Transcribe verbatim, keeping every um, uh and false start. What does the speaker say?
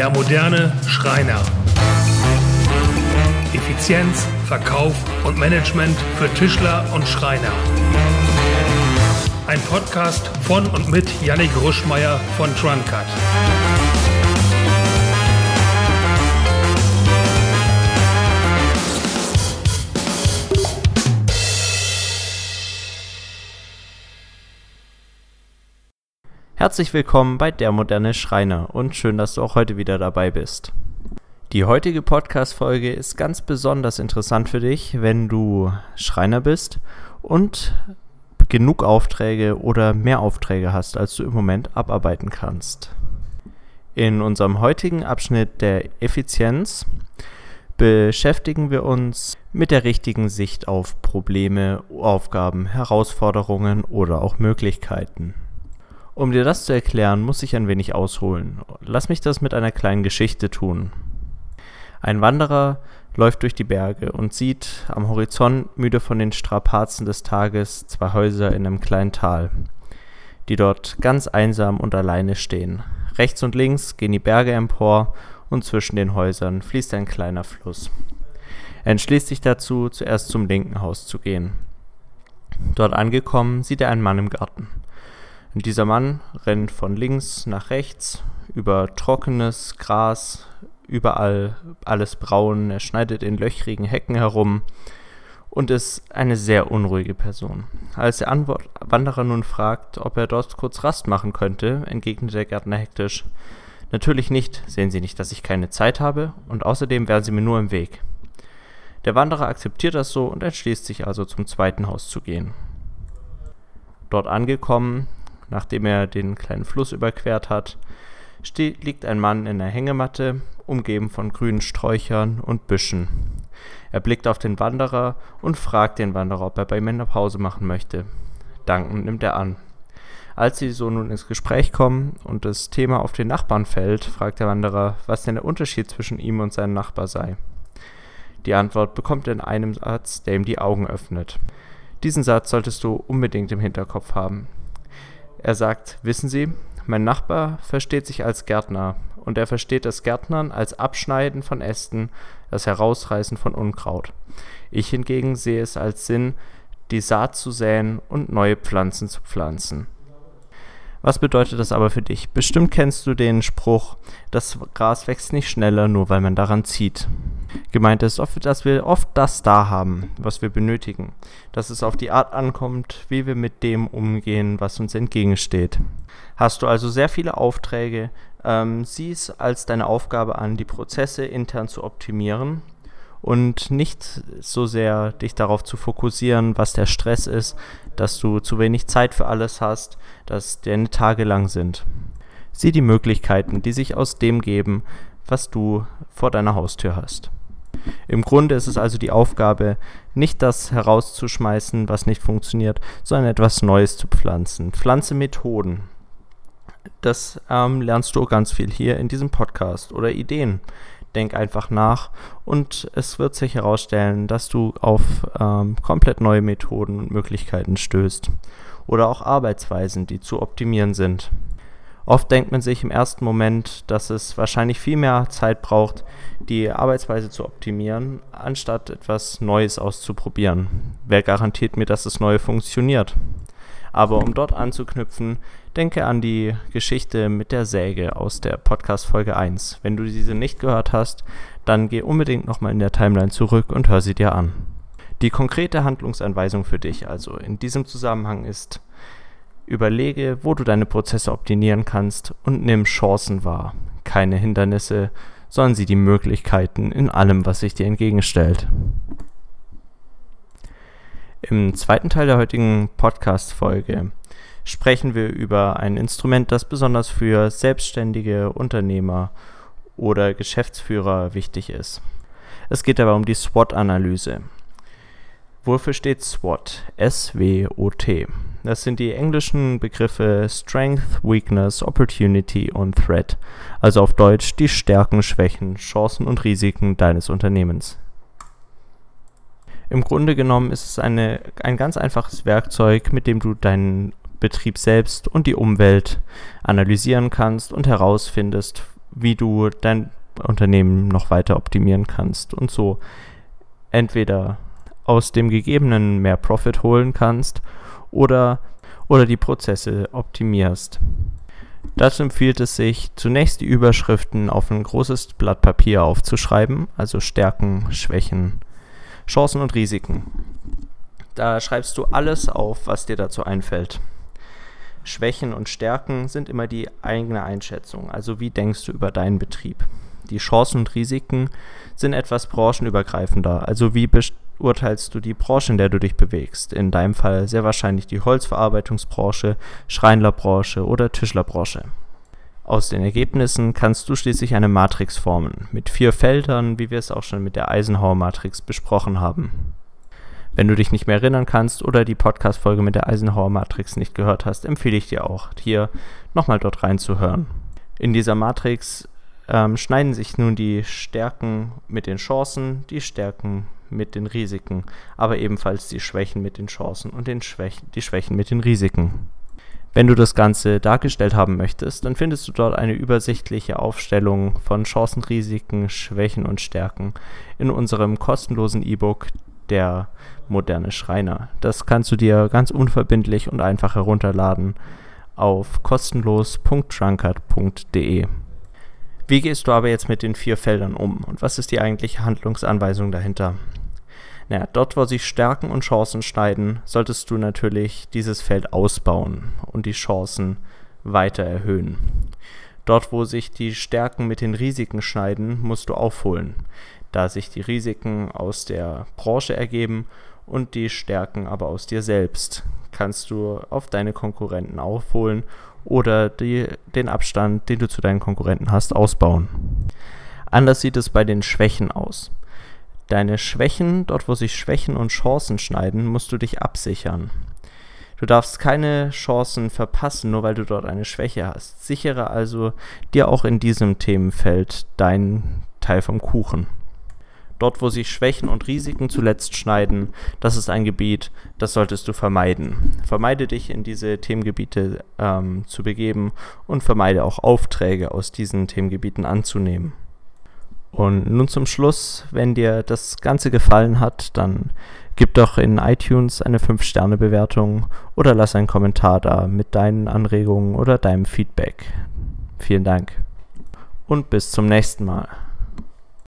Der moderne Schreiner. Effizienz, Verkauf und Management für Tischler und Schreiner. Ein Podcast von und mit Yannick Ruschmeier von Truncut. Herzlich willkommen bei Der moderne Schreiner und schön, dass du auch heute wieder dabei bist. Die heutige Podcast-Folge ist ganz besonders interessant für dich, wenn du Schreiner bist und genug Aufträge oder mehr Aufträge hast, als du im Moment abarbeiten kannst. In unserem heutigen Abschnitt der Effizienz beschäftigen wir uns mit der richtigen Sicht auf Probleme, Aufgaben, Herausforderungen oder auch Möglichkeiten. Um dir das zu erklären, muss ich ein wenig ausholen. Lass mich das mit einer kleinen Geschichte tun. Ein Wanderer läuft durch die Berge und sieht am Horizont, müde von den Strapazen des Tages, zwei Häuser in einem kleinen Tal, die dort ganz einsam und alleine stehen. Rechts und links gehen die Berge empor und zwischen den Häusern fließt ein kleiner Fluss. Er entschließt sich dazu, zuerst zum linken Haus zu gehen. Dort angekommen, sieht er einen Mann im Garten. Und dieser Mann rennt von links nach rechts über trockenes Gras, überall alles braun, er schneidet in löchrigen Hecken herum und ist eine sehr unruhige Person. Als der Anw- Wanderer nun fragt, ob er dort kurz Rast machen könnte, entgegnet der Gärtner hektisch: „Natürlich nicht, sehen Sie nicht, dass ich keine Zeit habe, und außerdem wären Sie mir nur im Weg." Der Wanderer akzeptiert das so und entschließt sich also, zum zweiten Haus zu gehen. Dort angekommen, nachdem er den kleinen Fluss überquert hat, steht, liegt ein Mann in der Hängematte, umgeben von grünen Sträuchern und Büschen. Er blickt auf den Wanderer und fragt den Wanderer, ob er bei ihm eine Pause machen möchte. Dankend nimmt er an. Als sie so nun ins Gespräch kommen und das Thema auf den Nachbarn fällt, fragt der Wanderer, was denn der Unterschied zwischen ihm und seinem Nachbar sei. Die Antwort bekommt er in einem Satz, der ihm die Augen öffnet. Diesen Satz solltest du unbedingt im Hinterkopf haben. Er sagt: „Wissen Sie, mein Nachbar versteht sich als Gärtner und er versteht das Gärtnern als Abschneiden von Ästen, das Herausreißen von Unkraut. Ich hingegen sehe es als Sinn, die Saat zu säen und neue Pflanzen zu pflanzen." Was bedeutet das aber für dich? Bestimmt kennst du den Spruch: Das Gras wächst nicht schneller, nur weil man daran zieht. Gemeint ist oft, dass wir oft das da haben, was wir benötigen. Dass es auf die Art ankommt, wie wir mit dem umgehen, was uns entgegensteht. Hast du also sehr viele Aufträge, ähm, sieh es als deine Aufgabe an, die Prozesse intern zu optimieren und nicht so sehr dich darauf zu fokussieren, was der Stress ist, dass du zu wenig Zeit für alles hast, dass deine Tage lang sind. Sieh die Möglichkeiten, die sich aus dem geben, was du vor deiner Haustür hast. Im Grunde ist es also die Aufgabe, nicht das herauszuschmeißen, was nicht funktioniert, sondern etwas Neues zu pflanzen. Pflanze Methoden. Das ähm, lernst du ganz viel hier in diesem Podcast, oder Ideen. Denk einfach nach und es wird sich herausstellen, dass du auf ähm, komplett neue Methoden und Möglichkeiten stößt. Oder auch Arbeitsweisen, die zu optimieren sind. Oft denkt man sich im ersten Moment, dass es wahrscheinlich viel mehr Zeit braucht, die Arbeitsweise zu optimieren, anstatt etwas Neues auszuprobieren. Wer garantiert mir, dass das Neue funktioniert? Aber um dort anzuknüpfen, denke an die Geschichte mit der Säge aus der Podcast-Folge eins. Wenn du diese nicht gehört hast, dann geh unbedingt nochmal in der Timeline zurück und hör sie dir an. Die konkrete Handlungsanweisung für dich also in diesem Zusammenhang ist: Überlege, wo du deine Prozesse optimieren kannst und nimm Chancen wahr. Keine Hindernisse, sondern sieh die Möglichkeiten in allem, was sich dir entgegenstellt. Im zweiten Teil der heutigen Podcast-Folge sprechen wir über ein Instrument, das besonders für selbstständige Unternehmer oder Geschäftsführer wichtig ist. Es geht dabei um die SWOT-Analyse. Wofür steht SWOT? S W O T. Das sind die englischen Begriffe Strength, Weakness, Opportunity und Threat. Also auf Deutsch die Stärken, Schwächen, Chancen und Risiken deines Unternehmens. Im Grunde genommen ist es eine, ein ganz einfaches Werkzeug, mit dem du deinen Betrieb selbst und die Umwelt analysieren kannst und herausfindest, wie du dein Unternehmen noch weiter optimieren kannst und so entweder aus dem Gegebenen mehr Profit holen kannst oder, oder die Prozesse optimierst. Dazu empfiehlt es sich, zunächst die Überschriften auf ein großes Blatt Papier aufzuschreiben, also Stärken, Schwächen, Chancen und Risiken. Da schreibst du alles auf, was dir dazu einfällt. Schwächen und Stärken sind immer die eigene Einschätzung, also wie denkst du über deinen Betrieb. Die Chancen und Risiken sind etwas branchenübergreifender, also wie beurteilst du die Branche, in der du dich bewegst. In deinem Fall sehr wahrscheinlich die Holzverarbeitungsbranche, Schreinerbranche oder Tischlerbranche. Aus den Ergebnissen kannst du schließlich eine Matrix formen, mit vier Feldern, wie wir es auch schon mit der Eisenhower-Matrix besprochen haben. Wenn du dich nicht mehr erinnern kannst oder die Podcast-Folge mit der Eisenhower-Matrix nicht gehört hast, empfehle ich dir auch, hier nochmal dort reinzuhören. In dieser Matrix ähm, schneiden sich nun die Stärken mit den Chancen, die Stärken mit den Risiken, aber ebenfalls die Schwächen mit den Chancen und den Schwächen, die Schwächen mit den Risiken. Wenn du das Ganze dargestellt haben möchtest, dann findest du dort eine übersichtliche Aufstellung von Chancen, Risiken, Schwächen und Stärken in unserem kostenlosen E-Book Der moderne Schreiner. Das kannst du dir ganz unverbindlich und einfach herunterladen auf kostenlos punkt drunkard punkt de. Wie gehst du aber jetzt mit den vier Feldern um und was ist die eigentliche Handlungsanweisung dahinter? Naja, dort, wo sich Stärken und Chancen schneiden, solltest du natürlich dieses Feld ausbauen und die Chancen weiter erhöhen. Dort, wo sich die Stärken mit den Risiken schneiden, musst du aufholen, da sich die Risiken aus der Branche ergeben und die Stärken aber aus dir selbst. Kannst du auf deine Konkurrenten aufholen oder die, den Abstand, den du zu deinen Konkurrenten hast, ausbauen. Anders sieht es bei den Schwächen aus. Deine Schwächen, dort wo sich Schwächen und Chancen schneiden, musst du dich absichern. Du darfst keine Chancen verpassen, nur weil du dort eine Schwäche hast. Sichere also dir auch in diesem Themenfeld deinen Teil vom Kuchen. Dort, wo sich Schwächen und Risiken zuletzt schneiden, das ist ein Gebiet, das solltest du vermeiden. Vermeide dich in diese Themengebiete ähm, zu begeben und vermeide auch Aufträge aus diesen Themengebieten anzunehmen. Und nun zum Schluss, wenn dir das Ganze gefallen hat, dann gib doch in iTunes eine fünf Sterne Bewertung oder lass einen Kommentar da mit deinen Anregungen oder deinem Feedback. Vielen Dank und bis zum nächsten Mal.